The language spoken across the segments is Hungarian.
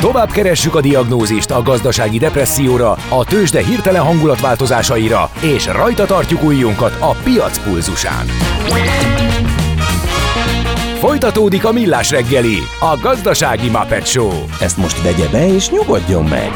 Tovább keressük a diagnózist a gazdasági depresszióra, a tőzsde hirtelen hangulatváltozásaira, és rajta tartjuk ujjunkat a piac pulzusán. Folytatódik a Millás reggeli, a gazdasági Muppet Show. Ezt most vegye be és nyugodjon meg!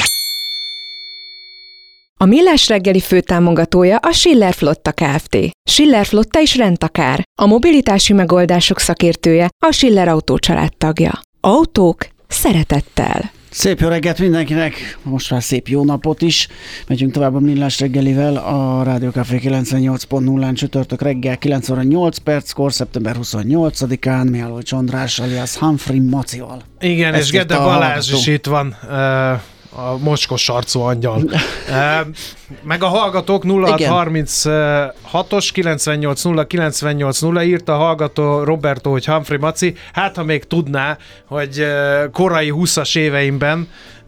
A Millás reggeli főtámogatója a Schiller Flotta Kft. Schiller Flotta is rendtakár. A mobilitási megoldások szakértője, a Schiller Autó család tagja. Autók szeretettel. Szép jó reggelt mindenkinek, most már szép jó napot is. Megyünk tovább a Millás reggelivel a Rádió Café 98.0-án csütörtök reggel 9 óra 8 perckor, szeptember 28-án Mihálovics András alias Humphrey Macival. Igen, és Gede Balázs is itt van, a mocskos arcú angyal. Meg a hallgatók 0636-os 980980 írta a hallgató Roberto, hogy Humphrey Maci, hát ha még tudná, hogy korai 20-as éveimben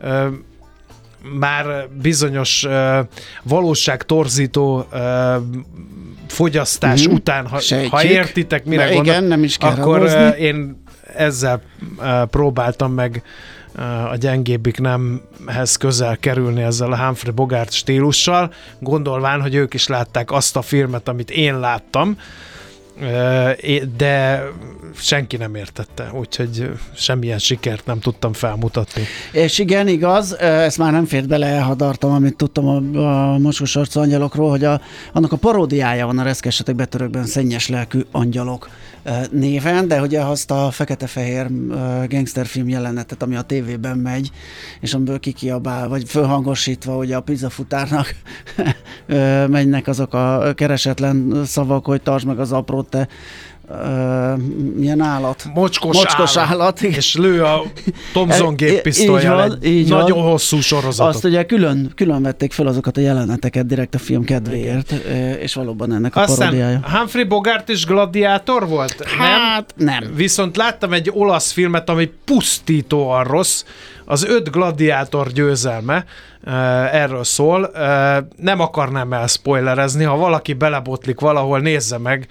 már bizonyos valóságtorzító fogyasztás után, ha értitek, mire gondolok, igen, nem is kell akkor ragozni. én ezzel próbáltam meg a gyengébbik nemhez közel kerülni ezzel a Humphrey Bogart stílussal, gondolván, hogy ők is látták azt a filmet, amit én láttam, de senki nem értette, úgyhogy semmilyen sikert nem tudtam felmutatni. És igen, igaz, ezt már nem fért bele, elhadartam, amit tudtam a mocskos arcú angyalokról, hogy annak a paródiája van a Reszkesetek betörökben Szennyes lelkű angyalok néven, de ugye azt a fekete-fehér gangsterfilm jelenetet, ami a tévében megy, és amiből kikiabál, vagy fölhangosítva, ugye a pizzafutárnak mennek azok a keresetlen szavak, hogy tartsd meg az aprót, te milyen állat? Mocskos állat. És lő a Thompson géppisztollyal egy nagyon hosszú sorozatot. Azt ugye külön vették fel azokat a jeleneteket direkt a film kedvéért, és valóban ennek a paródiája. Aztán Humphrey Bogart is gladiátor volt? Hát nem. Viszont láttam egy olasz filmet, ami pusztítóan rossz, az 5 gladiátor győzelme, erről szól. Nem akarnám elspoilerezni, ha valaki belebotlik valahol, nézze meg,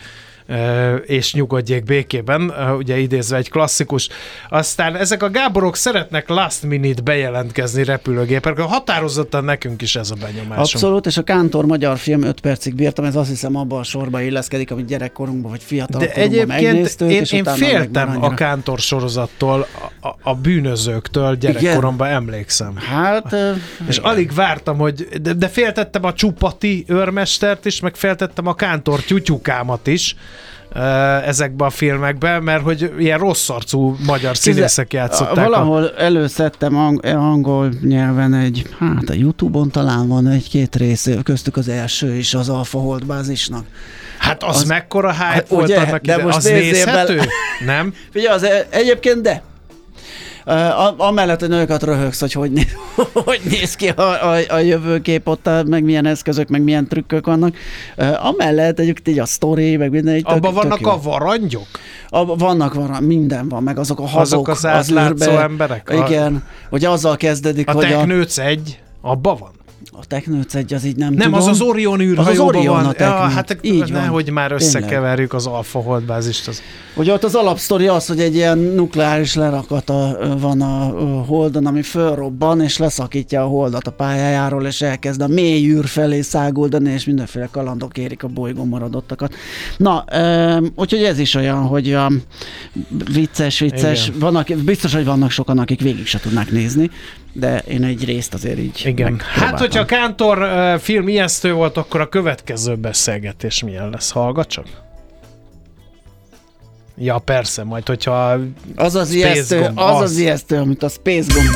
és nyugodjék békében, ugye idézve egy klasszikus. Aztán ezek a Gáborok szeretnek last minute bejelentkezni repülőgépekre, határozottan nekünk is ez a benyomásunk. Abszolút, és a Kántor magyar film 5 percig bírtam, ez azt hiszem abban a sorba illeszkedik, amit gyerekkorunkban vagy fiatalkorunkban megnéztük. De egyébként én féltem a Kántor sorozattól, a bűnözőktől gyerekkoromban, emlékszem. Hát... és alig vártam, hogy... De féltettem a Csupati őrmestert is, meg féltettem a Kántor tyutyukámat is, ezekben a filmekben, mert hogy ilyen rossz arcú magyar színészek játszották. Valahol előszedtem angol nyelven a YouTube-on talán van egy-két rész, köztük az első is az Alpha Hold bázisnak. Hát az mekkora hype volt ugye, annak ide, az nézhető? Nem? Figyelj, egyébként de. Amellett, hogy nagyokat röhögsz, hogy néz ki a jövőkép ott, meg milyen eszközök, meg milyen trükkök vannak. Amellett egyébként így a sztori, meg minden. Abban vannak a varangyok? Vannak, minden van, meg azok a hazok. Azok az átlátszó emberek? Igen, hogy azzal kezdődik, hogy Technőc 1, abban van? A Technőc 1 az így nem tudom. Nem, az Orion űrhajóban van. Hát így van. Nehogy már összekeverjük az Alpha Hold bázist. Ugye ott az alapsztori az, hogy egy ilyen nukleáris lerakata van a Holdon, ami fölrobban, és leszakítja a Holdat a pályájáról, és elkezd a mély űr felé száguldani, és mindenféle kalandok érik a bolygón maradottakat. Na, úgyhogy ez is olyan, hogy vicces. Biztos, hogy vannak sokan, akik végig se tudnák nézni, de én egy részt azért így igen. Hát, hogyha a Kántor film ijesztő volt, akkor a következő beszélgetés milyen lesz? Hallgat csak? Ja, persze, majd hogyha az ijesztő, amit a Space Gomb.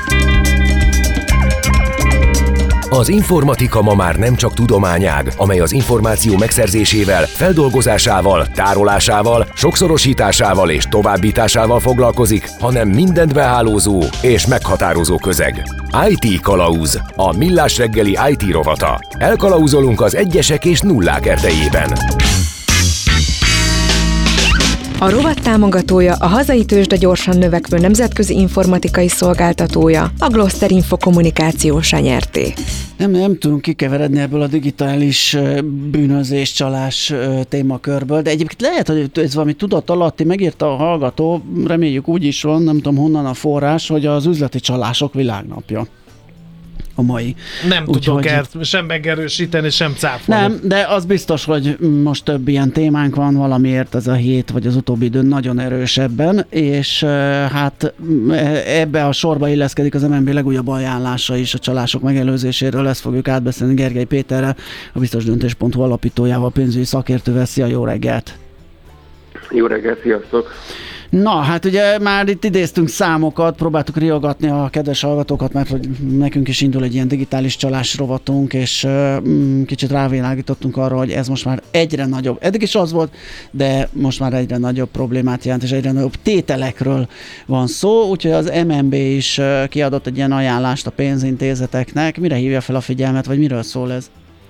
Az informatika ma már nem csak tudományág, amely az információ megszerzésével, feldolgozásával, tárolásával, sokszorosításával és továbbításával foglalkozik, hanem mindent behálózó és meghatározó közeg. IT Kalauz, a Millás reggeli IT rovata. Elkalauzolunk az egyesek és nullák erdejében. A rovat támogatója a hazai tőzsde gyorsan növekvő nemzetközi informatikai szolgáltatója, a Gloster Info kommunikációs Nyrt. Nem tudunk kikeveredni ebből a digitális bűnözés, csalás témakörből, de egyébként lehet, hogy ez valami tudat alatti, megírta a hallgató, reméljük úgy is van, nem tudom honnan a forrás, hogy az üzleti csalások világnapja. A mai. Nem tudok sem megerősíteni, sem cáfolni. Nem, de az biztos, hogy most több ilyen témánk van, valamiért ez a hét, vagy az utóbbi idő nagyon erősebben, és hát ebbe a sorba illeszkedik az MNB legújabb ajánlása is a csalások megelőzéséről. Ezt fogjuk átbeszélni Gergely Péterrel, a biztosdöntés.hu alapítójával, pénzügyi szakértővel. Szia, jó reggelt! Jó reggelt, sziasztok! Na, hát ugye már itt idéztünk számokat, próbáltuk riogatni a kedves hallgatókat, mert hogy nekünk is indul egy ilyen digitális csalás rovatunk, és kicsit rávilágítottunk arra, hogy ez most már egyre nagyobb, eddig is az volt, de most már egyre nagyobb problémát jelent, és egyre nagyobb tételekről van szó, úgyhogy az MNB is kiadott egy ilyen ajánlást a pénzintézeteknek. Mire hívja fel a figyelmet, vagy miről szól ez?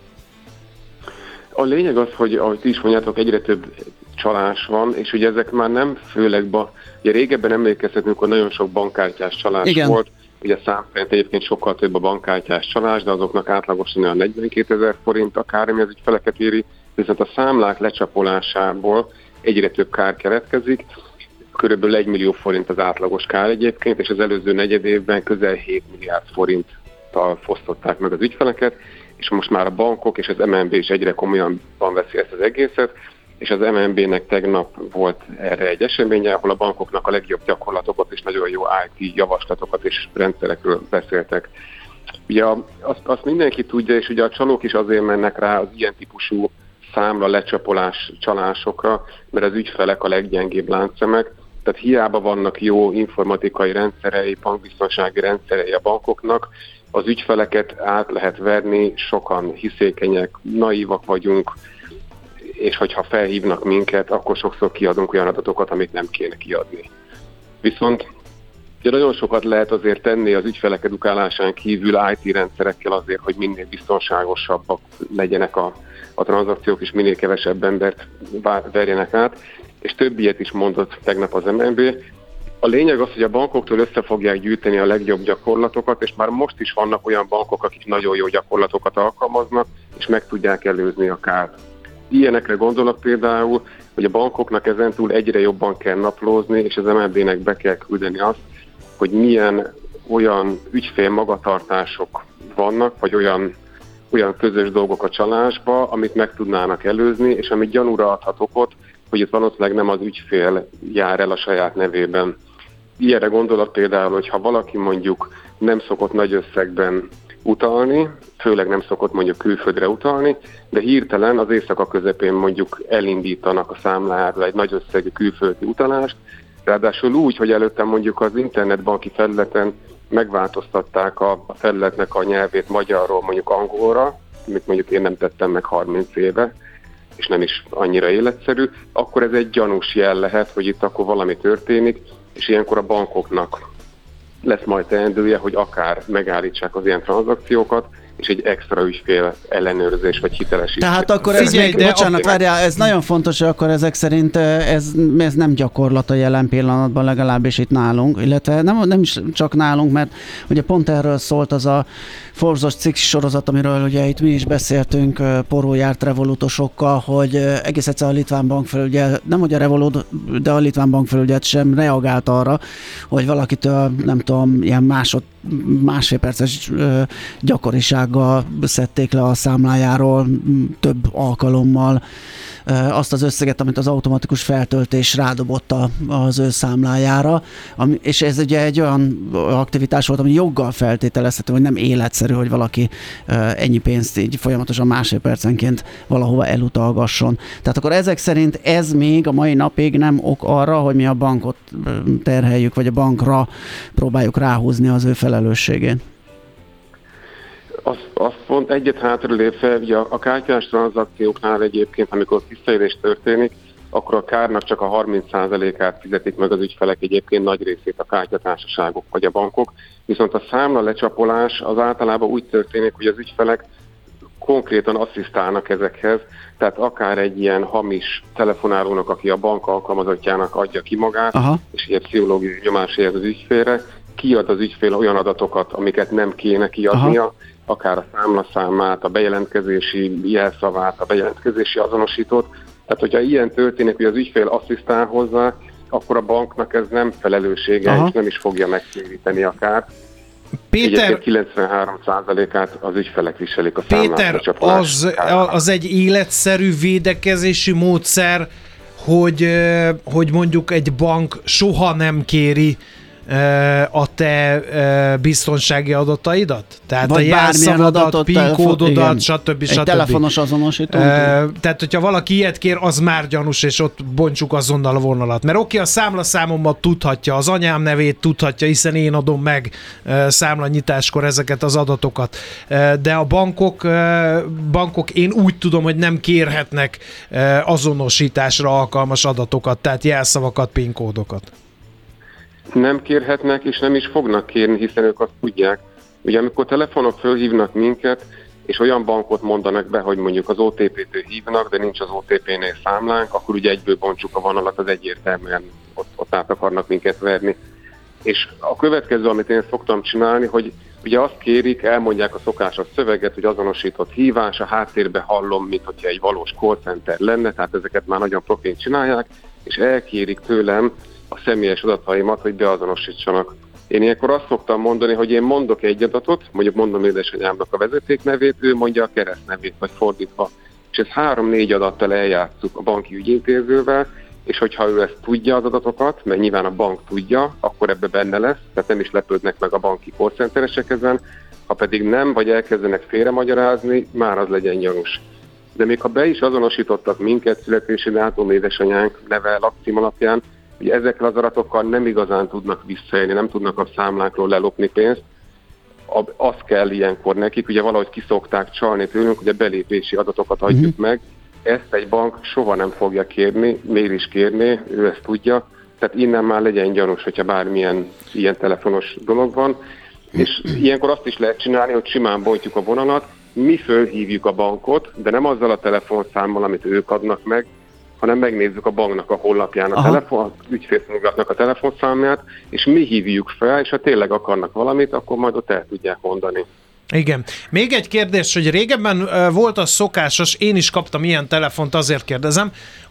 A lényeg az, hogy ahogy ti is mondjátok, egyre több csalás van, és ugye ezek már nem főleg ugye régebben emlékezhetünk, hogy nagyon sok bankkártyás csalás volt, ugye szám szerint egyébként sokkal több a bankkártyás csalás, de azoknak átlagosan olyan 42 000 forint akár, ami az ügyfeleket éri, viszont a számlák lecsapolásából egyre több kár keletkezik, körülbelül 1 millió forint az átlagos kár egyébként, és az előző negyed évben közel 7 milliárd forinttal fosztották meg az ügyfeleket, és most már a bankok és az MNB is egyre komolyan veszi ezt az egészet, és az MNB-nek tegnap volt erre egy eseménye, ahol a bankoknak a legjobb gyakorlatokat és nagyon jó IT javaslatokat és rendszerekről beszéltek. Ugye azt mindenki tudja, és ugye a csalók is azért mennek rá az ilyen típusú számla lecsapolás csalásokra, mert az ügyfelek a leggyengébb láncszemek, tehát hiába vannak jó informatikai rendszerei, bankbiztonsági rendszerei a bankoknak, az ügyfeleket át lehet verni, sokan hiszékenyek, naívak vagyunk, és hogyha felhívnak minket, akkor sokszor kiadunk olyan adatokat, amit nem kéne kiadni. Viszont ugye nagyon sokat lehet azért tenni az ügyfelek edukálásán kívül IT rendszerekkel azért, hogy minél biztonságosabbak legyenek a tranzakciók, és minél kevesebb embert verjenek át, és több ilyet is mondott tegnap az MNB. A lényeg az, hogy a bankoktól össze fogják gyűjteni a legjobb gyakorlatokat, és már most is vannak olyan bankok, akik nagyon jó gyakorlatokat alkalmaznak, és meg tudják előzni a kárt. Ilyenekre gondolok például, hogy a bankoknak ezentúl egyre jobban kell naplózni, és az MNB-nek be kell küldeni azt, hogy milyen olyan ügyfél magatartások vannak, vagy olyan közös dolgok a csalásba, amit meg tudnának előzni, és amit gyanúra adhat okot, hogy itt valószínűleg nem az ügyfél jár el a saját nevében. Ilyenre gondolok például, hogy ha valaki mondjuk nem szokott nagy összegben utalni, főleg nem szokott mondjuk külföldre utalni, de hirtelen az éjszaka közepén mondjuk elindítanak a számlájára egy nagy összegű külföldi utalást, ráadásul úgy, hogy előtte mondjuk az internetbanki felületen megváltoztatták a felületnek a nyelvét magyarról mondjuk angolra, amit mondjuk én nem tettem meg 30 éve, és nem is annyira életszerű, akkor ez egy gyanús jel lehet, hogy itt akkor valami történik, és ilyenkor a bankoknak lesz majd teendője, hogy akár megállítsák az ilyen tranzakciókat, és egy extra ügyfél ellenőrzés vagy hitelesítés. Tehát akkor ez várjál, ez nagyon fontos, hogy akkor ezek szerint ez nem gyakorlat a jelen pillanatban, legalábbis itt nálunk, illetve nem is csak nálunk, mert ugye pont erről szólt az a Forbes-os cikk sorozat, amiről ugye itt mi is beszéltünk porul járt revolutosokkal, hogy egész egyszer a litván bankfelügyelet, nem hogy a Revolut, de a litván bankfelügyelet sem reagált arra, hogy valakitől nem tudom, ilyen másfél perces gyakorisággal szedték le a számlájáról több alkalommal azt az összeget, amit az automatikus feltöltés rádobott az ő számlájára, és ez ugye egy olyan aktivitás volt, ami joggal feltételezhető, hogy nem életszerű, hogy valaki ennyi pénzt így folyamatosan másfél percenként valahova elutalgasson. Tehát akkor ezek szerint ez még a mai napig nem ok arra, hogy mi a bankot terheljük, vagy a bankra próbáljuk ráhúzni az ő felelősségét. Azt pont egyet hátra lépve, ugye a kártyás tranzakcióknál egyébként, amikor visszaélés történik, akkor a kárnak csak a 30%-át fizetik meg az ügyfelek, egyébként nagy részét a kártyatársaságok vagy a bankok, viszont a számla lecsapolás az általában úgy történik, hogy az ügyfelek konkrétan asszisztálnak ezekhez, tehát akár egy ilyen hamis telefonálónak, aki a bank alkalmazottjának adja ki magát, és ilyen pszichológiai nyomás érez az ügyfélre, kiad az ügyfél olyan adatokat, amiket nem kéne kiadnia, akár a számlaszámát, a bejelentkezési jelszavát, a bejelentkezési azonosítót. Tehát, hogyha ilyen történik, hogy az ügyfél asszisztál hozzá, akkor a banknak ez nem felelőssége, és nem is fogja megtéríteni akár. Péter, 93%-át az ügyfelek viselik a számlát. Péter, az egy életszerű védekezési módszer, hogy mondjuk egy bank soha nem kéri a te biztonsági adataidat? Tehát vagy a jelszavadat, PIN kódodat, stb. Egy telefonos azonosító. Tehát, hogyha valaki ilyet kér, az már gyanús, és ott bontsuk azonnal a vonalat. Mert oké, a számlaszámomat tudhatja, az anyám nevét tudhatja, hiszen én adom meg számlanyitáskor ezeket az adatokat. De a bankok én úgy tudom, hogy nem kérhetnek azonosításra alkalmas adatokat, tehát jelszavakat, PIN kódokat. Nem kérhetnek, és nem is fognak kérni, hiszen ők azt tudják. Ugye amikor telefonok fölhívnak minket, és olyan bankot mondanak be, hogy mondjuk az OTP-től hívnak, de nincs az OTP-nél számlánk, akkor ugye egyből bontsuk a vonalat, az egyértelműen ott át akarnak minket verni. És a következő, amit én szoktam csinálni, hogy ugye azt kérik, elmondják a szokásos szöveget, hogy azonosított hívás, a háttérbe hallom, mint hogyha egy valós call center lenne, tehát ezeket már nagyon profin csinálják, és elkérik tőlem a személyes adataimat, hogy beazonosítsanak. Én ilyenkor azt szoktam mondani, hogy én mondok egy adatot, mondjuk mondom édesanyámnak a vezetéknevét, ő mondja a keresztnevét, vagy fordítva. És ezt 3-4 adattal eljátszuk a banki ügyintézővel, és hogyha ő ezt tudja az adatokat, mert nyilván a bank tudja, akkor ebbe benne lesz, tehát nem is lepődnek meg a banki call centeresek ezen, ha pedig nem, vagy elkezdenek félremagyarázni, már az legyen gyanús. De még ha be is azonosítottak minket születési dátum, édesanyánk neve, lakcím alapján, hogy ezekkel az adatokkal nem igazán tudnak visszaélni, nem tudnak a számlánkról lelopni pénzt. Az kell ilyenkor nekik, ugye valahogy kiszokták csalni tőlünk, hogy a belépési adatokat adjuk meg. Ezt egy bank soha nem fogja kérni, miért is kérni, ő ezt tudja. Tehát innen már legyen gyanús, hogyha bármilyen ilyen telefonos dolog van. És ilyenkor azt is lehet csinálni, hogy simán bontjuk a vonalat, mi fölhívjuk a bankot, de nem azzal a telefonszámmal, amit ők adnak meg, hanem megnézzük a banknak a honlapján az ügyfélszolgálatnak a telefonszámját, és mi hívjuk fel, és ha tényleg akarnak valamit, akkor majd ott el tudják mondani. Igen. Még egy kérdés, hogy régebben volt az szokásos, én is kaptam ilyen telefont, azért kérdezem,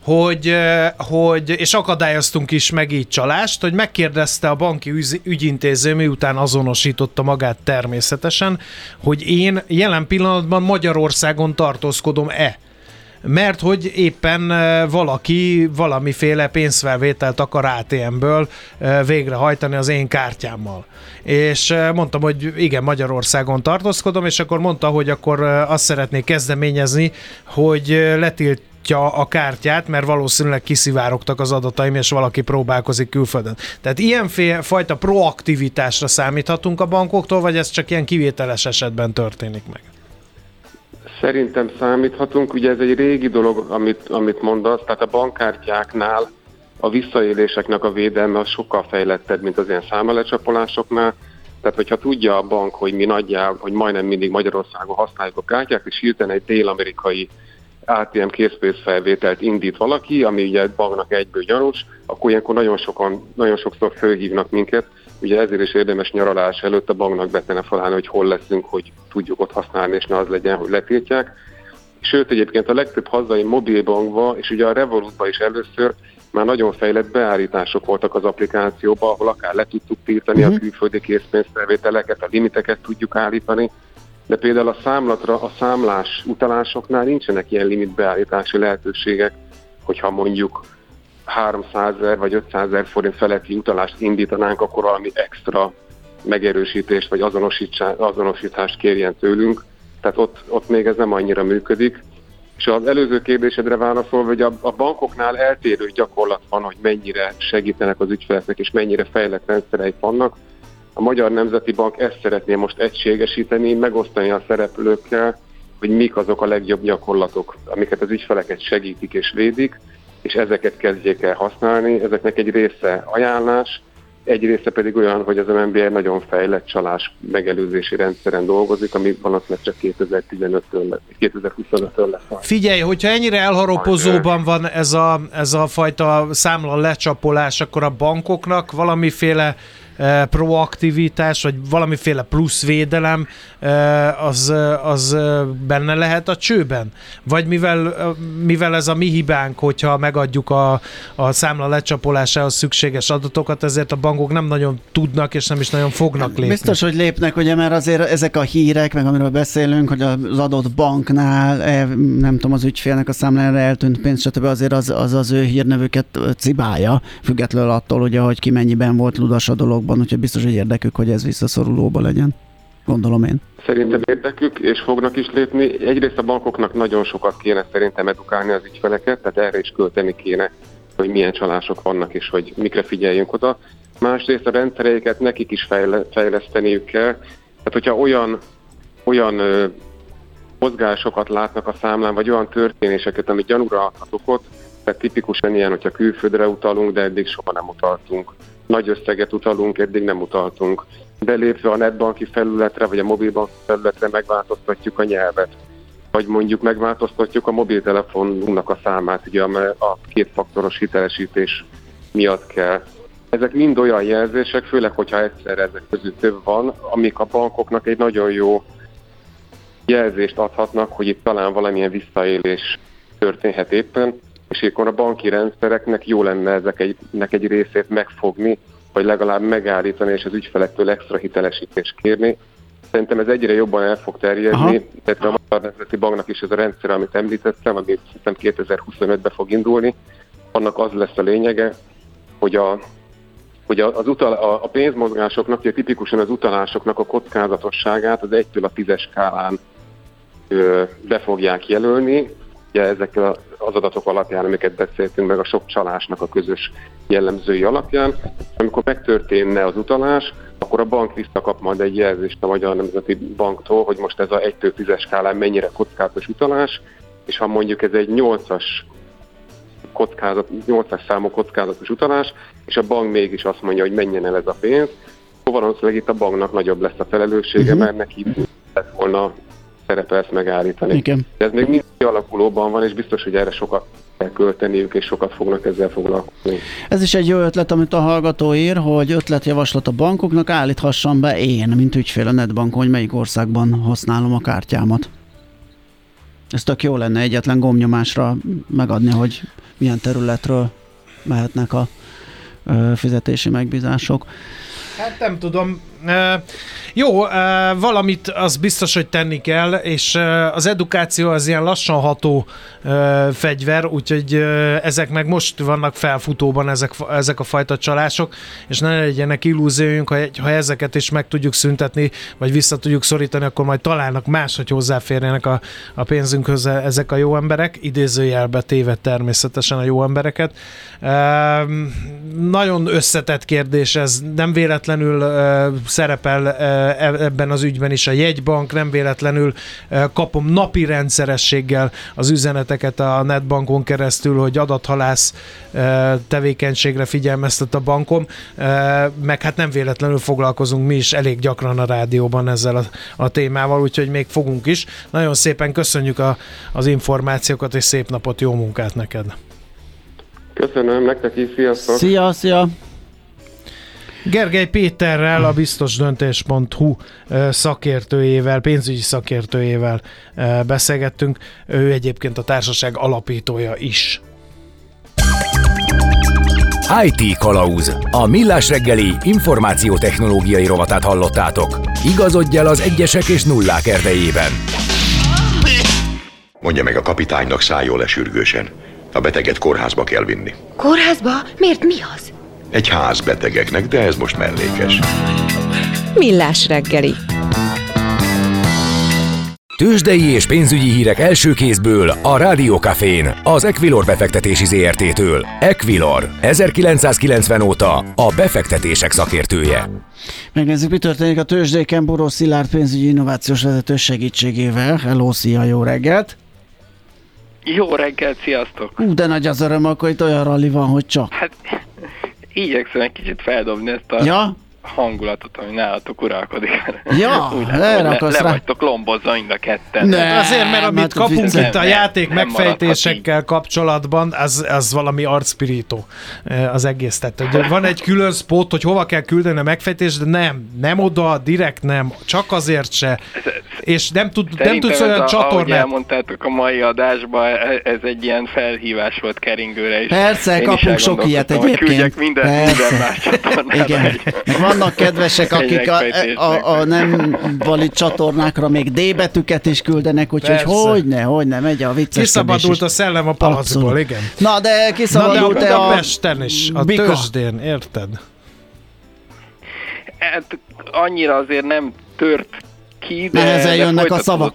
hogy és akadályoztunk is meg így csalást, hogy megkérdezte a banki ügyintéző, miután azonosította magát természetesen, hogy én jelen pillanatban Magyarországon tartózkodom-e. Mert hogy éppen valaki valamiféle pénzfelvételt akar ATM-ből végrehajtani az én kártyámmal. És mondtam, hogy igen, Magyarországon tartózkodom, és akkor mondta, hogy akkor azt szeretnék kezdeményezni, hogy letiltja a kártyát, mert valószínűleg kiszivárogtak az adataim, és valaki próbálkozik külföldön. Tehát ilyen fajta proaktivitásra számíthatunk a bankoktól, vagy ez csak ilyen kivételes esetben történik meg? Szerintem számíthatunk, ugye ez egy régi dolog, amit mondasz, tehát a bankkártyáknál a visszaéléseknek a védelme az sokkal fejlettebb, mint az ilyen számlalecsapolásoknál. Tehát, hogyha tudja a bank, hogy mi nagyjából, hogy majdnem mindig Magyarországon használjuk a kártyát, és hirtelen egy dél-amerikai ATM készpénzfelvételt indít valaki, ami ugye egy banknak egyből gyanús, akkor ilyenkor nagyon sokszor fölhívnak minket. Ugye ezért is érdemes nyaralás előtt a banknak betelefonálni, hogy hol leszünk, hogy tudjuk ott használni, és ne az legyen, hogy letiltják. Sőt, egyébként a legtöbb hazai mobilbankban, és ugye a Revolutban is először már nagyon fejlett beállítások voltak az applikációban, ahol akár le tudtuk tiltani a külföldi készpénzfelvételeket, a limiteket tudjuk állítani, de például a számlatra, a számlás utalásoknál nincsenek ilyen limitbeállítási lehetőségek, hogyha mondjuk 300 000 vagy 500 000 forint feletti utalást indítanánk, akkor valami extra megerősítést vagy azonosítást kérjen tőlünk. Tehát ott még ez nem annyira működik. És az előző kérdésedre válaszolva, hogy a bankoknál eltérő gyakorlat van, hogy mennyire segítenek az ügyfeleknek, és mennyire fejlett rendszereik vannak. A Magyar Nemzeti Bank ezt szeretné most egységesíteni, megosztani a szereplőkkel, hogy mik azok a legjobb gyakorlatok, amiket az ügyfeleket segítik és védik, és ezeket kezdjék el használni. Ezeknek egy része ajánlás, egy része pedig olyan, hogy az MNB nagyon fejlett csalás megelőzési rendszeren dolgozik, ami valószínűleg csak 2025-től lesz. Figyelj, hogyha ennyire elharapozóban van ez a fajta számla lecsapolás, akkor a bankoknak valamiféle proaktivitás, vagy valamiféle plusz védelem az benne lehet a csőben? Vagy mivel ez a mi hibánk, hogyha megadjuk a számla lecsapolásához szükséges adatokat, ezért a bankok nem nagyon tudnak, és nem is nagyon fognak lépni. Biztos, hogy lépnek, ugye, mert azért ezek a hírek, meg amiről beszélünk, hogy az adott banknál, nem tudom, az ügyfélnek a számlájára eltűnt pénz, stb. Azért az ő hírnevüket cibálja, függetlenül attól, ugye, hogy ki mennyiben volt ludas a dologban, úgyhogy biztos, hogy érdekük, hogy ez visszaszorulóba legyen. Gondolom én. Szerintem érdekük, és fognak is lépni. Egyrészt a bankoknak nagyon sokat kéne szerintem edukálni az ügyfeleket, tehát erre is költeni kéne, hogy milyen csalások vannak, és hogy mikre figyeljünk oda. Másrészt a rendszereiket nekik is fejleszteniük kell. Tehát, hogyha olyan mozgásokat látnak a számlán, vagy olyan történéseket, ami gyanúra adhat okot, tehát tipikusan ilyen, hogyha külföldre utalunk, de eddig soha nem utaltunk. Nagy összeget utalunk, eddig nem utaltunk. Belépve a netbanki felületre, vagy a mobilbanki felületre megváltoztatjuk a nyelvet. Vagy mondjuk megváltoztatjuk a mobiltelefonunknak a számát, ugye a kétfaktoros hitelesítés miatt kell. Ezek mind olyan jelzések, főleg, hogyha egyszerre ezek közül több van, amik a bankoknak egy nagyon jó jelzést adhatnak, hogy itt talán valamilyen visszaélés történhet éppen, és akkor a banki rendszereknek jó lenne ezeknek egy részét megfogni, vagy legalább megállítani, és az ügyfelektől extra hitelesítést kérni. Szerintem ez egyre jobban el fog terjedni, tehát a Magyar Nemzeti Banknak is ez a rendszer, amit említettem, amit szerintem 2025-ben fog indulni, annak az lesz a lényege, hogy a pénzmozgásoknak, ugye tipikusan az utalásoknak a kockázatosságát az 1-től a 10-es skálán be fogják jelölni, ugye ezekkel az adatok alapján, amiket beszéltünk, meg a sok csalásnak a közös jellemzői alapján. Amikor megtörténne az utalás, akkor a bank visszakap majd egy jelzést a Magyar Nemzeti Banktól, hogy most ez a 1-től 10-es skálán mennyire kockázatos utalás, és ha mondjuk ez egy 8-as számú kockázatos utalás, és a bank mégis azt mondja, hogy menjen el ez a pénz, akkor valószínűleg itt a banknak nagyobb lesz a felelőssége, mert neki lett volna szerepe ezt megállítani. Igen. De ez még mindig alakulóban van, és biztos, hogy erre sokat kell költeniük, és sokat fognak ezzel foglalkozni. Ez is egy jó ötlet, amit a hallgató ír, hogy ötletjavaslat a bankoknak, állíthassam be én, mint ügyfél a netbankon, hogy melyik országban használom a kártyámat. Ez tök jó lenne egyetlen gombnyomásra megadni, hogy milyen területről mehetnek a fizetési megbízások. Hát nem tudom. Valamit az biztos, hogy tenni kell, és az edukáció az ilyen lassan ható fegyver, úgyhogy ezek meg most vannak felfutóban, ezek a fajta csalások, és ne legyenek illúzióink, ha ezeket is meg tudjuk szüntetni, vagy vissza tudjuk szorítani, akkor majd találnak máshogy hozzáférjenek a pénzünkhöz ezek a jó emberek, idézőjelbe téve természetesen a jó embereket. Nagyon összetett kérdés ez, nem véletlenül szerepel ebben az ügyben is a jegybank, nem véletlenül kapom napi rendszerességgel az üzeneteket a netbankon keresztül, hogy adathalász tevékenységre figyelmeztet a bankom, meg hát nem véletlenül foglalkozunk mi is elég gyakran a rádióban ezzel a témával, úgyhogy még fogunk is. Nagyon szépen köszönjük az információkat, és szép napot, jó munkát neked! Köszönöm, nektek is, sziasztok! Szia! Gergely Péterrel, a biztosdöntés.hu szakértőjével, pénzügyi szakértőjével beszélgettünk. Ő egyébként a társaság alapítója is. IT Kalauz. A Millás reggeli információtechnológiai rovatát hallottátok. Igazodj el az egyesek és nullák erdejében. Mondja meg a kapitánynak, szálljon le sürgősen. A beteget kórházba kell vinni. Kórházba? Miért, mi az? Egy ház betegeknek, de ez most mellékes. Millás reggeli. Tőzsdei és pénzügyi hírek első kézből a Rádió Cafén, az Equilor befektetési ZRT-től. Equilor, 1990 óta a befektetések szakértője. Megnézzük, mi történik a tőzsdéken. Boró Szilárd pénzügyi innovációs vezető segítségével. Hello, szia, jó reggelt! Jó reggelt, sziasztok! De nagy az öröm, akkor itt olyan ralli van, hogy csak. Hát igyekszem egy kicsit feldobni ezt a hangulatot, ami nálatok uralkodik. Ja, le vagytok lombozva mind a ketten. Ne, azért, mert amit kapunk itt a játék megfejtésekkel kapcsolatban, az valami arcpirító az egész. Tehát van egy külön spot, hogy hova kell küldeni a megfejtést, de nem oda, direkt nem, csak azért se. És nem tudsz olyan csatornát. Ahogy elmondtátok a mai adásban, ez egy ilyen felhívás volt keringőre is. Persze, kapunk sok ilyet egyébként. Küldjek minden más csatornára. Igen. Vannak kedvesek, akik a nem valid csatornákra még D betűket is küldenek, úgyhogy hogyne, megy a vicceskedés. Kiszabadult a szellem a palacból, igen. Na, de kiszabadult-e a Pesten is, a tőzsdén, érted? Hát annyira azért nem tört ki, de nehezen jönnek a szavak.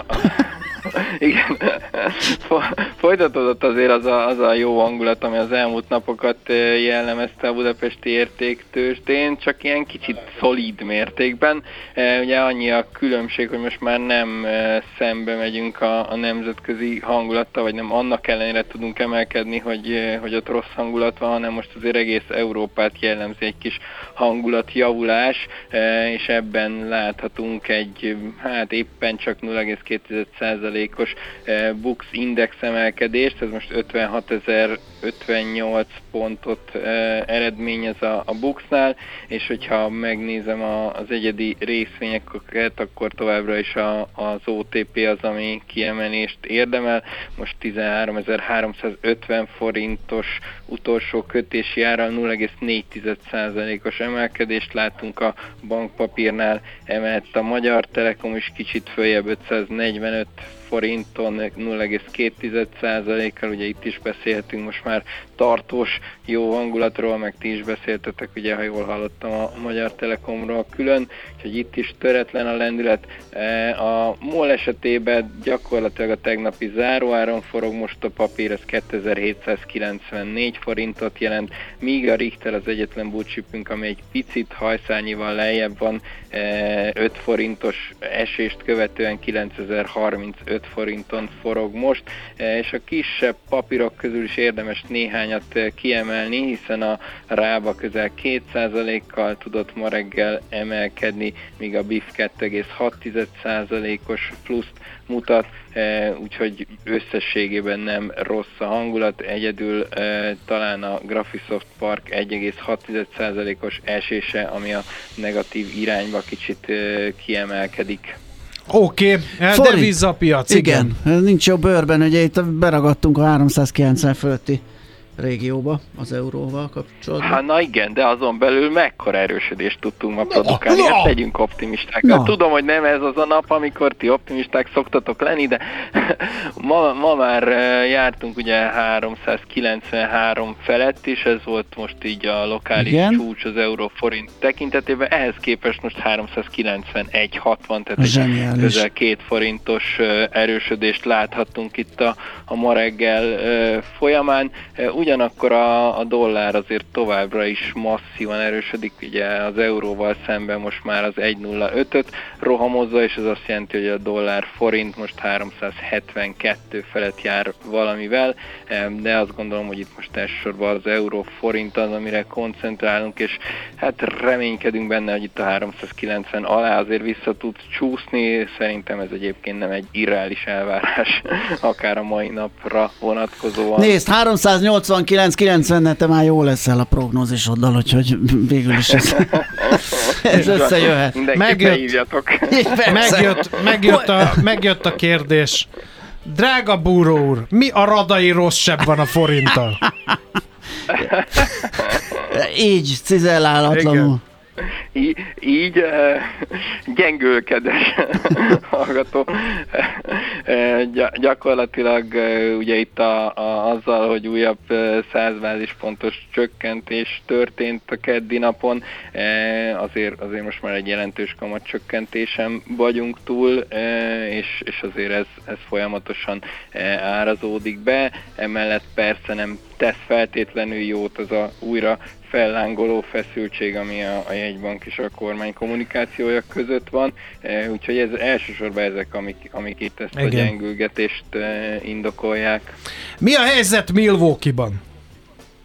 Igen, folytatódott azért az a jó hangulat, ami az elmúlt napokat jellemezte a budapesti értéktőzsdén, csak ilyen kicsit szolid mértékben. Ugye annyi a különbség, hogy most már nem szembe megyünk a nemzetközi hangulattal, vagy nem annak ellenére tudunk emelkedni, hogy ott rossz hangulat van, hanem most azért egész Európát jellemzi egy kis hangulatjavulás, és ebben láthatunk egy, éppen csak 0,2%-os Bux Index emelkedést, ez most 56.058 pontot eredményez a Buxnál, és hogyha megnézem az egyedi részvényeket, akkor továbbra is az OTP az, ami kiemelést érdemel. Most 13.350 forintos utolsó kötési árral 0,4%-os emelkedést látunk a bankpapírnál, emellett a Magyar Telekom is kicsit följebb 545 forinton 0,2%-kal, ugye itt is beszélhetünk most már tartós jó hangulatról, meg ti is beszéltetek, ugye, ha jól hallottam a Magyar Telekomról külön, úgyhogy itt is töretlen a lendület. A MOL esetében gyakorlatilag a tegnapi záróáron forog most a papír, ez 2794 forintot jelent, míg a Richter az egyetlen búcsipünk, ami egy picit hajszányival lejjebb van, 5 forintos esést követően 9035 forinton forog most, és a kisebb papírok közül is érdemes néhányat kiemelni, hiszen a Rába közel 2%-kal tudott ma reggel emelkedni, míg a BIF 2,6%-os pluszt mutat, úgyhogy összességében nem rossz a hangulat, egyedül talán a Graphisoft Park 1,6%-os esése, ami a negatív irányba kicsit kiemelkedik. Oké, devizapiac, igen. Nincs jobb bőrben, ugye itt beragadtunk a 390 fölötti régióba az euróval kapcsolatban. Na igen, de azon belül mekkora erősödést tudtunk ma produkálni, hát legyünk optimisták. Tudom, hogy nem ez az a nap, amikor ti optimisták szoktatok lenni, de ma már jártunk ugye 393 felett is, ez volt most így a lokális csúcs az euró-forint tekintetében, ehhez képest most 391,60, tehát egy közel 2 forintos erősödést láthattunk itt a ma reggel folyamán. Ugyanakkor a dollár azért továbbra is masszívan erősödik, ugye az euróval szemben most már az 1,05-öt rohamozza, és ez azt jelenti, hogy a dollár forint most 372 felett jár valamivel, de azt gondolom, hogy itt most elsősorban az euró forint az, amire koncentrálunk, és hát reménykedünk benne, hogy itt a 390 alá azért vissza tud csúszni, szerintem ez egyébként nem egy irreális elvárás, akár a mai napra vonatkozóan. Nézd, 389-90, te már jó leszel a prognózisoddal, úgyhogy végül is ez összejöhet. Megjött a kérdés. Drága búró úr, mi a radai rossz sebb van a forinttal? Így, cizellálatlanul. Így gyengülkedes hallgató. Gyakorlatilag ugye itt azzal, hogy újabb 100 bázispontos csökkentés történt a keddi napon, azért most már egy jelentős kamatcsökkentésen vagyunk túl, és azért ez folyamatosan árazódik be. Emellett persze nem tesz feltétlenül jót az a újra fellángoló feszültség, ami a jegybank és a kormány kommunikációja között van, úgyhogy ez elsősorban ezek, amik itt ezt a gyengülgetést indokolják. Mi a helyzet Milwaukee-ban?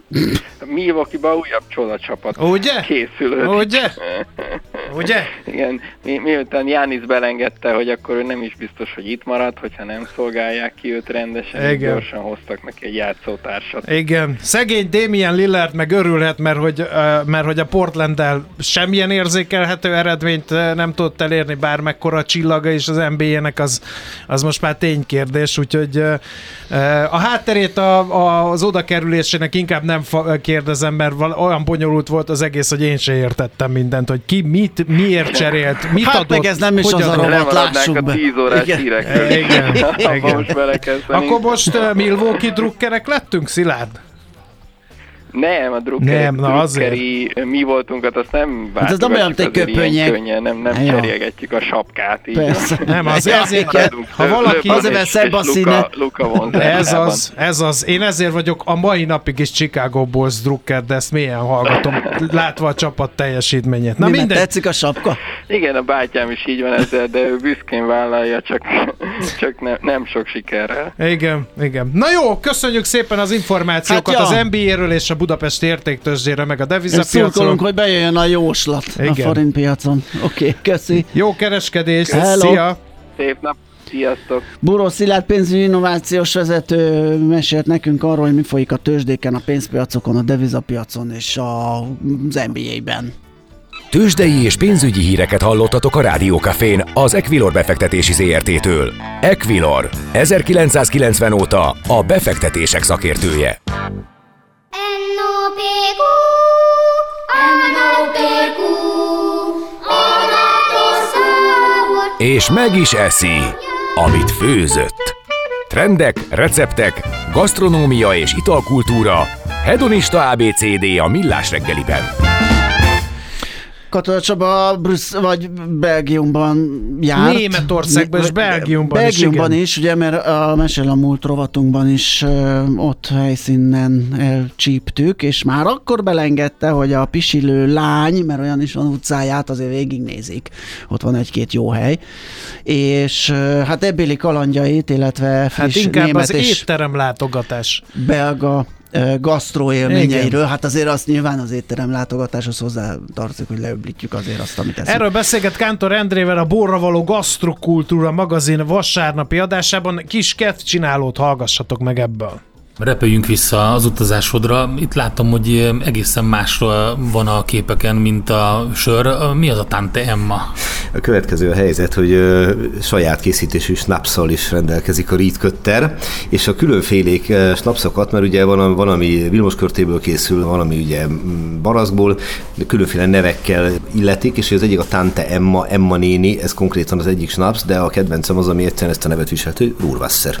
Milwaukee-ban újabb csodacsapat készülött. Ugye? Igen, miután Giannis belengedte, hogy akkor ő nem is biztos, hogy itt marad, hogyha nem szolgálják ki őt rendesen, gyorsan hoztak neki egy játszótársat. Igen. Szegény Damian Lillard meg örülhet, mert hogy a Portlanddel semmilyen érzékelhető eredményt nem tudott elérni, bármekkora csillaga is az NBA-nek, az most már ténykérdés, úgyhogy a hátterét az odakerülésének inkább nem kérdezem, mert olyan bonyolult volt az egész, hogy én se értettem mindent, hogy ki miért cserélt, mit adott. Meg ez nem is az a rovat, lássuk be. 10 órás hírek. Igen. Akkor most Milwaukee drukkerek lettünk, Szilárd? Nem, a drukkeri mi voltunkat, azt nem váltogatjuk azért könnyen, nem cserélgetjük a sapkát. Így. Persze. Nem, azért, ha valaki... Azért szebb a színe. Ez az. Én ezért vagyok a mai napig is Chicago Bulls drukker, de ezt mélyen hallgatom, látva a csapat teljesítményét. Na minden. Tetszik a sapka? Igen, a bátyám is így van ezzel, de ő büszkén vállalja, csak nem sok sikerrel. Igen. Na jó, köszönjük szépen az információkat az NBA-ről és a Budapesti értéktőzsdére, meg a devizapiacon. És szurkolunk, hogy bejöjjön a jóslat a forintpiacon. Oké, köszi. Jó kereskedést, szia! Szép nap, sziasztok! Buró Szilárd pénzügyi innovációs vezető mesélt nekünk arról, hogy mi folyik a tőzsdéken, a pénzpiacokon, a devizapiacon és az NBA-ben. Tőzsdei és pénzügyi híreket hallottatok a Rádiókafén az Equilor befektetési ZRT-től. Equilor, 1990 óta a befektetések szakértője. És meg is eszi, amit főzött. Trendek, receptek, gasztronómia és italkultúra, hedonista ABCD a Millás reggeliben. Katona Csaba vagy Belgiumban járt. Németországban és Belgiumban is, ugye, mert a Mesél a múlt rovatunkban is ott helyszínen elcsíptük, és már akkor belengedte, hogy a pisilő lány, mert olyan is van utcáját, azért végignézik. Ott van egy-két jó hely. És hát ebbéli kalandjait, illetve friss inkább német az étterem látogatás. Belga gasztró élményeiről. Hát azért azt nyilván az étterem látogatáshoz hozzá tartozik, hogy leöblítjük azért azt, amit eszünk. Erről beszélget Kántor Endrével a Borra való Gasztrokultúra magazin vasárnapi adásában. Kis kedvcsinálót hallgassatok meg ebből. Repüljünk vissza az utazásodra. Itt látom, hogy egészen másról van a képeken, mint a sör. Mi az a Tante Emma? A következő a helyzet, hogy saját készítésű snapsszal is rendelkezik a Ried Kötter, és a különfélék snapszokat, mert ugye van ami Vilmoskörtéből készül, van ami ugye barackból, különféle nevekkel illetik, és az egyik a Tante Emma, Emma néni, ez konkrétan az egyik snaps, de a kedvencem az, ami egyszerűen ezt a nevet viselhető, Ruhrwasser.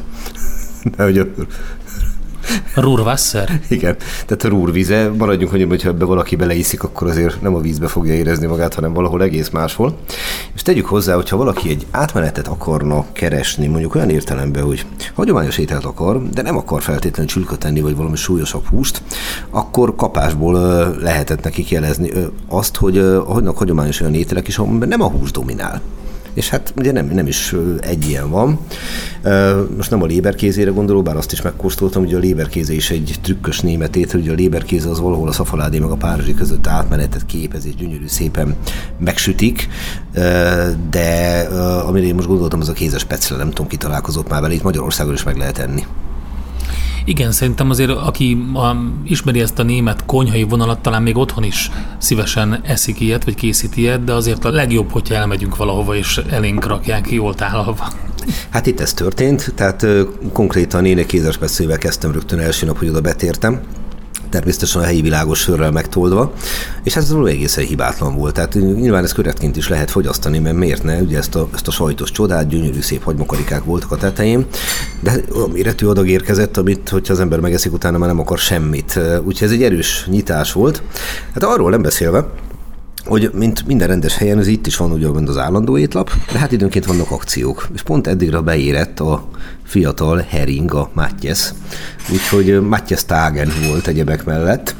Ruhrwasser? Igen, tehát a rúrvize, maradjunk annyiban, hogyha ebbe valaki beleiszik, akkor azért nem a vízbe fogja érezni magát, hanem valahol egész máshol. És tegyük hozzá, hogyha valaki egy átmenetet akarna keresni, mondjuk olyan értelemben, hogy hagyományos ételt akar, de nem akar feltétlenül csülköt enni, vagy valami súlyosabb húst, akkor kapásból lehetett nekik jelezni azt, hogy vannak hagyományos olyan ételek is, amiben nem a hús dominál. És hát ugye nem is egy ilyen van. Most nem a léberkézére gondolok, bár azt is megkóstoltam, hogy a léberkéze is egy trükkös német étel, ugye a léberkéze az valahol a szafaládé meg a párizsi között átmenetet képez, és gyönyörű szépen megsütik, de amire én most gondoltam, az a kézes pecre, nem tudom, ki találkozott már vele, itt Magyarországon is meg lehet enni. Igen, szerintem azért, aki ismeri ezt a német konyhai vonalat, talán még otthon is szívesen eszik ilyet, vagy készít ilyet, de azért a legjobb, hogyha elmegyünk valahova, és elénk rakják jól tálalva. Hát itt ez történt, tehát konkrétan én egy kézes pecrével kezdtem rögtön első nap, hogy oda betértem. Természetesen a helyi világos sörrel megtoldva, és ez valami egészen hibátlan volt. Tehát nyilván ez köretként is lehet fogyasztani, mert miért ne? Ugye ezt a sajtos csodát, gyönyörű szép hagymakarikák voltak a tetején, de a méretű adag érkezett, amit, hogyha az ember megeszik, utána már nem akar semmit. Úgyhogy ez egy erős nyitás volt. Hát arról nem beszélve, hogy mint minden rendes helyen, ez itt is van ugyan az állandó étlap, de hát időnként vannak akciók. És pont eddigra beérett a fiatal hering, a Matthias. Úgyhogy Matthias Tagen volt egyebek mellett.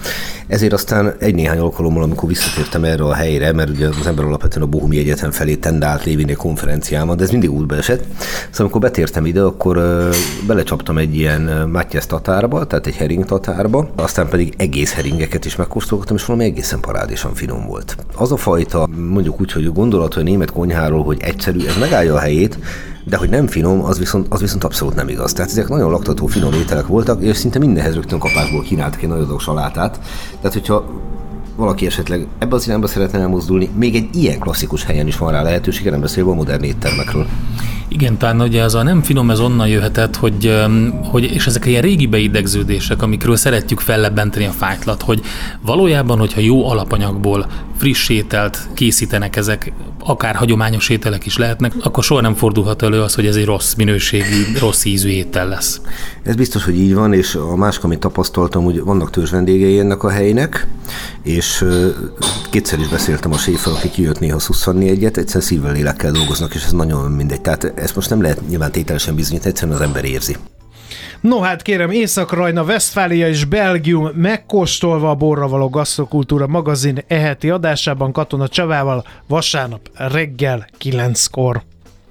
Ezért aztán egy-néhány alkalommal, amikor visszatértem erre a helyre, mert ugye az ember alapvetően a Bohumi Egyetem felé tendált lévén egy konferenciámon, de ez mindig útba esett. Szóval amikor betértem ide, akkor belecsaptam egy ilyen Mátyás tatárba, tehát egy hering tatárba, aztán pedig egész heringeket is megkóstolgattam, és valami egészen parádésan finom volt. Az a fajta, mondjuk úgy, hogy a gondolat, hogy a német konyháról, hogy egyszerű, ez megállja a helyét, de hogy nem finom, az viszont abszolút nem igaz. Tehát ezek nagyon laktató, finom ételek voltak, és szinte mindenhez rögtön kapásból kínáltak egy nagy adag salátát. Tehát, hogyha valaki esetleg ebbe az irányba szeretne elmozdulni, még egy ilyen klasszikus helyen is van rá lehetősége, nem beszélve a modern éttermekről. Igen, talán ugye az a nem finom, ez onnan jöhetett, hogy és ezek ilyen régi beidegződések, amikről szeretjük fellebbenteni a fájtlat, hogy valójában, hogyha jó alapanyagból friss ételt készítenek, ezek akár hagyományos ételek is lehetnek, akkor soha nem fordulhat elő az, hogy ez egy rossz minőségű, rossz ízű étel lesz. Ez biztos, hogy így van, és a másik, amit tapasztaltam, hogy vannak törzs vendégei ennek a helynek, és kétszer is beszéltem a séffel, aki kijött néha szusszanni egyet, egyszerűen szívvel, lélekkel dolgoznak, és ez nagyon mindegy. Tehát ezt most nem lehet nyilván tételesen bizonyítani, egyszerűen az ember érzi. No hát kérem, Észak-Rajna, Westfália és Belgium megkóstolva a Borra való gasztrokultúra magazin eheti adásában Katona Csabával vasárnap reggel 9-kor.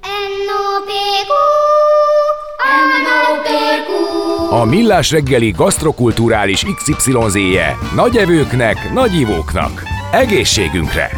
A Millás reggeli gasztrokulturális XYZ-je nagy evőknek, nagy ivóknak. Egészségünkre!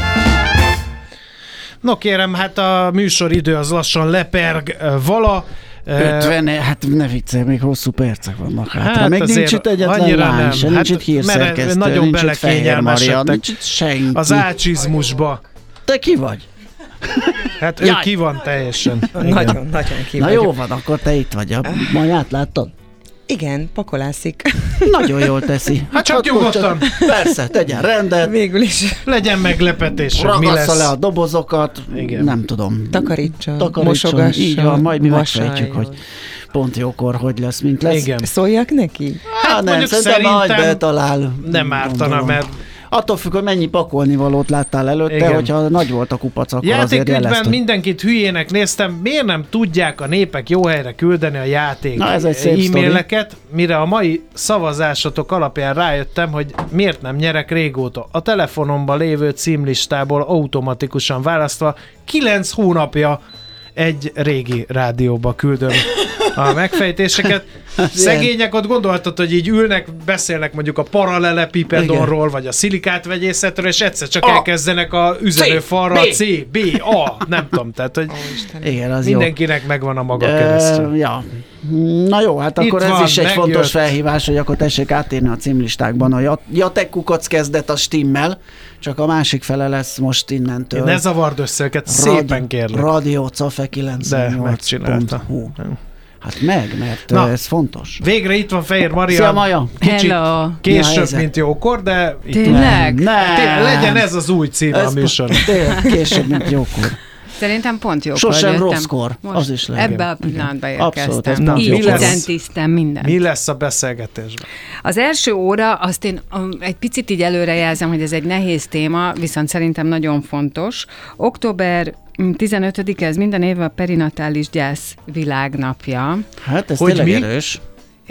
No kérem, hát a műsoridő az lassan leperg vala. 50, hát ne viccelj, még hosszú percek vannak hátra. Hát még nincs itt egyetlen lány, se, nincs itt hírszerkesztő, nagyon nincs itt Fehér Maria, nincs itt senki. Az ácsizmusba. Te ki vagy? Hát ő ki van teljesen. Nagyon ki Na vagy. jó van, akkor te itt vagy. A maját láttad? Igen, pakolászik. Nagyon jól teszi. Hát csak nyugodtan. Persze, tegyen rendet. Végül is. Legyen meglepetés, hogy mi lesz. Ragassza le a dobozokat. Igen. Nem tudom. Takarítson, mosogasson. Így van, majd mi megfejtjük, hogy pont jókor hogy lesz, mint lesz. Igen. Szóljak neki? Hát nem, szerintem majd betalál. Nem ártana, mert attól függ, hogy mennyi pakolnivalót láttál előtte, igen. Hogyha nagy volt a kupac, akkor azért játékügyben mindenkit hülyének néztem, miért nem tudják a népek jó helyre küldeni a játék e-maileket, mire a mai szavazásatok alapján rájöttem, hogy miért nem nyerek régóta. A telefonomban lévő címlistából automatikusan választva 9 hónapja egy régi rádióba küldöm a megfejtéseket. Szegények ott gondolhatod, hogy így ülnek, beszélnek mondjuk a paralelepipedonról, vagy a szilikátvegyészetről, és egyszer csak elkezdenek a üzenőfalra C, B, A, nem tudom, tehát, hogy igen, az mindenkinek jó. Megvan a maga keresztje. Ja. Na jó, hát akkor ez is egy fontos felhívás, hogy akkor tessék átírni a címlistákban. A Jatek kukac kezdet a stimmel, csak a másik fele lesz most innentől. Ne zavard össze őket, szépen kérlek. Radio Cafe 98.hu. Hát mert ez fontos. Végre itt van Fehér Maria. Szia, Maja! Kicsit később, mint jókor, de itt tényleg? Nem. Legyen ez az új cím a műsor. Tényleg, később, mint jókor. Szerintem pont jókor sosem jöttem. rosszkor, az is lehet. Ebbe a pillanatban érkeztem. Abszolút, így tisztem minden. Mi lesz a beszélgetésben? Az első óra, azt én egy picit így előrejelzem, hogy ez egy nehéz téma, viszont szerintem nagyon fontos. Október 15-e, ez minden évben a perinatális gyász világnapja. Hát ez tényleg erős.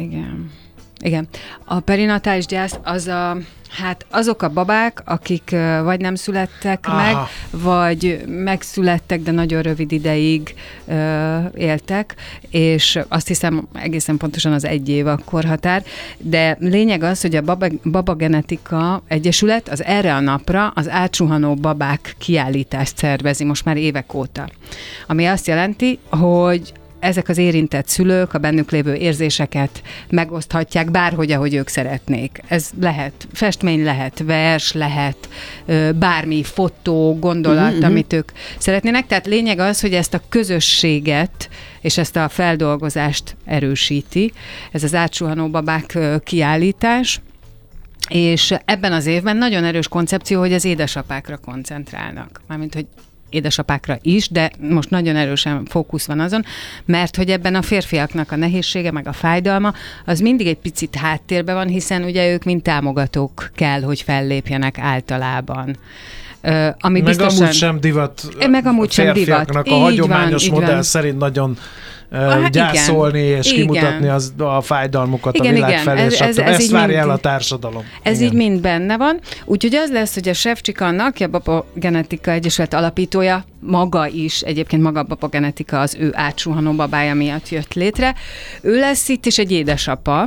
Igen. A perinatális gyász azok a babák, akik vagy nem születtek meg, vagy megszülettek, de nagyon rövid ideig éltek, és azt hiszem egészen pontosan az 1 év a korhatár, de lényeg az, hogy a Baba Genetika Egyesület az erre a napra az átsuhanó babák kiállítást szervezi most már évek óta. Ami azt jelenti, hogy ezek az érintett szülők a bennük lévő érzéseket megoszthatják bárhogy, ahogy ők szeretnék. Ez lehet festmény, lehet vers, lehet bármi fotó, gondolat, amit ők szeretnének. Tehát lényeg az, hogy ezt a közösséget és ezt a feldolgozást erősíti. Ez az átsuhanó babák kiállítás. És ebben az évben nagyon erős koncepció, hogy az édesapákra koncentrálnak. Mármint, hogy édesapákra is, de most nagyon erősen fókusz van azon, mert hogy ebben a férfiaknak a nehézsége, meg a fájdalma, az mindig egy picit háttérben van, hiszen ugye ők mint támogatók kell, hogy fellépjenek általában. Ami meg biztosan... amúgy sem divat. Meg amúgy sem divat. A hagyományos modell szerint nagyon gyászolni igen, és kimutatni a fájdalmukat igen, a világ felé, és ezt várja el a társadalom. Ez igen. Így mind benne van. Úgyhogy az lesz, hogy a Sevcsik Anna, aki a Baba Genetika Egyesület alapítója, maga is, egyébként maga a Baba Genetika az ő átsuhanó babája miatt jött létre. Ő lesz itt, és egy édesapa,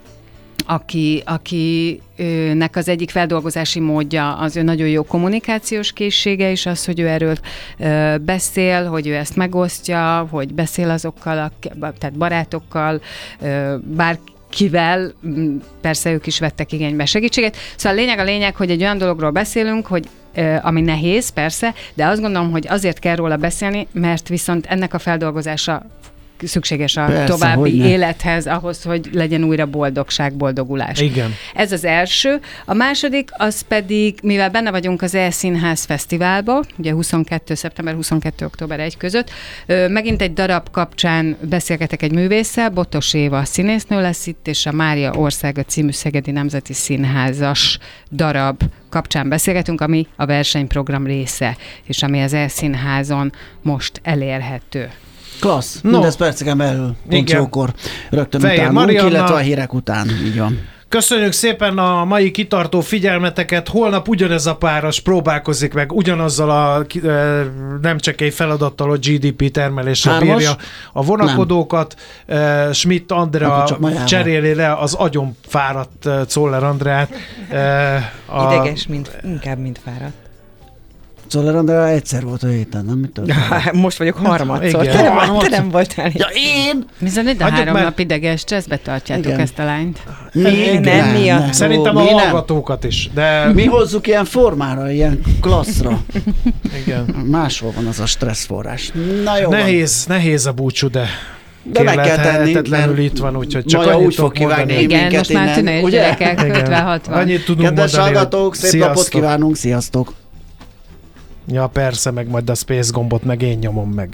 akinek az egyik feldolgozási módja az ő nagyon jó kommunikációs készsége, és az, hogy ő erről beszél, hogy ő ezt megosztja, hogy beszél azokkal, tehát barátokkal, bárkivel, persze ők is vettek igénybe segítséget. Szóval a lényeg, hogy egy olyan dologról beszélünk, hogy ami nehéz, persze, de azt gondolom, hogy azért kell róla beszélni, mert viszont ennek a feldolgozása szükséges a persze, további élethez, ahhoz, hogy legyen újra boldogság, boldogulás. Igen. Ez az első. A második, az pedig, mivel benne vagyunk az E-színház fesztiválba, ugye 22. szeptember 22. október 1 között, megint egy darab kapcsán beszélgetek egy művésszel, Botos Éva színésznő lesz itt, és a Mária Országa című Szegedi Nemzeti Színházas darab kapcsán beszélgetünk, ami a versenyprogram része, és ami az E-színházon most elérhető. Klassz, mindez perceken belül, pont jókor, rögtön utánunk, illetve a hírek után, így van. Köszönjük szépen a mai kitartó figyelmeteket. Holnap ugyanez a páros próbálkozik meg ugyanazzal a nem csak egy feladattal, hogy GDP termelésre bírja a vonakodókat. Schmidt Andrea cseréli le az agyon fáradt Czoller Andreát. Ideges, inkább mint fáradt. Czoller Andrea egyszer volt a héten, nem? Mit most vagyok harmadszor. Te nem voltál. Ja, én? Bizony, de 3 nap ideges stresszbe tartjátok igen. Ezt a lányt. Nem miatt. Szerintem a hallgatókat is. De... Mi hozzuk ilyen formára, ilyen klasszra. Igen. Máshol van az a stresszforrás. Na jó. Nehéz a búcsú, de meg kell tenni, itt van, úgyhogy csak annyit úgy fog kivágni igen, most már tűnős gyerekek, 50-60. Annyit tudunk kedves mondani, hallgatók, szép napot kívánunk, sziasztok! Ja, persze, meg majd a space gombot meg én nyomom meg.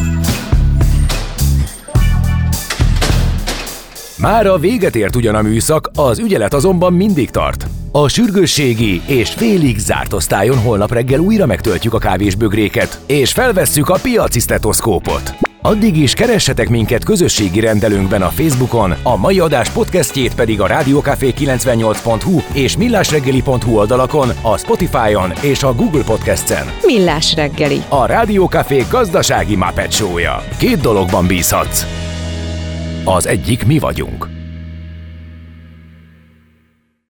Mára véget ért ugyan a műszak, az ügyelet azonban mindig tart. A sürgősségi és félig zárt osztályon holnap reggel újra megtöltjük a kávésbögréket, és felvesszük a piaci sztetoszkópot. Addig is keressetek minket közösségi rendelőnkben a Facebookon, a mai adás podcastjét pedig a rádiókafé98.hu és millásreggeli.hu oldalakon, a Spotify-on és a Google Podcast-en. Millás reggeli. A Rádiókafé gazdasági Muppet Show-ja. 2 dologban bízhatsz. Az egyik mi vagyunk.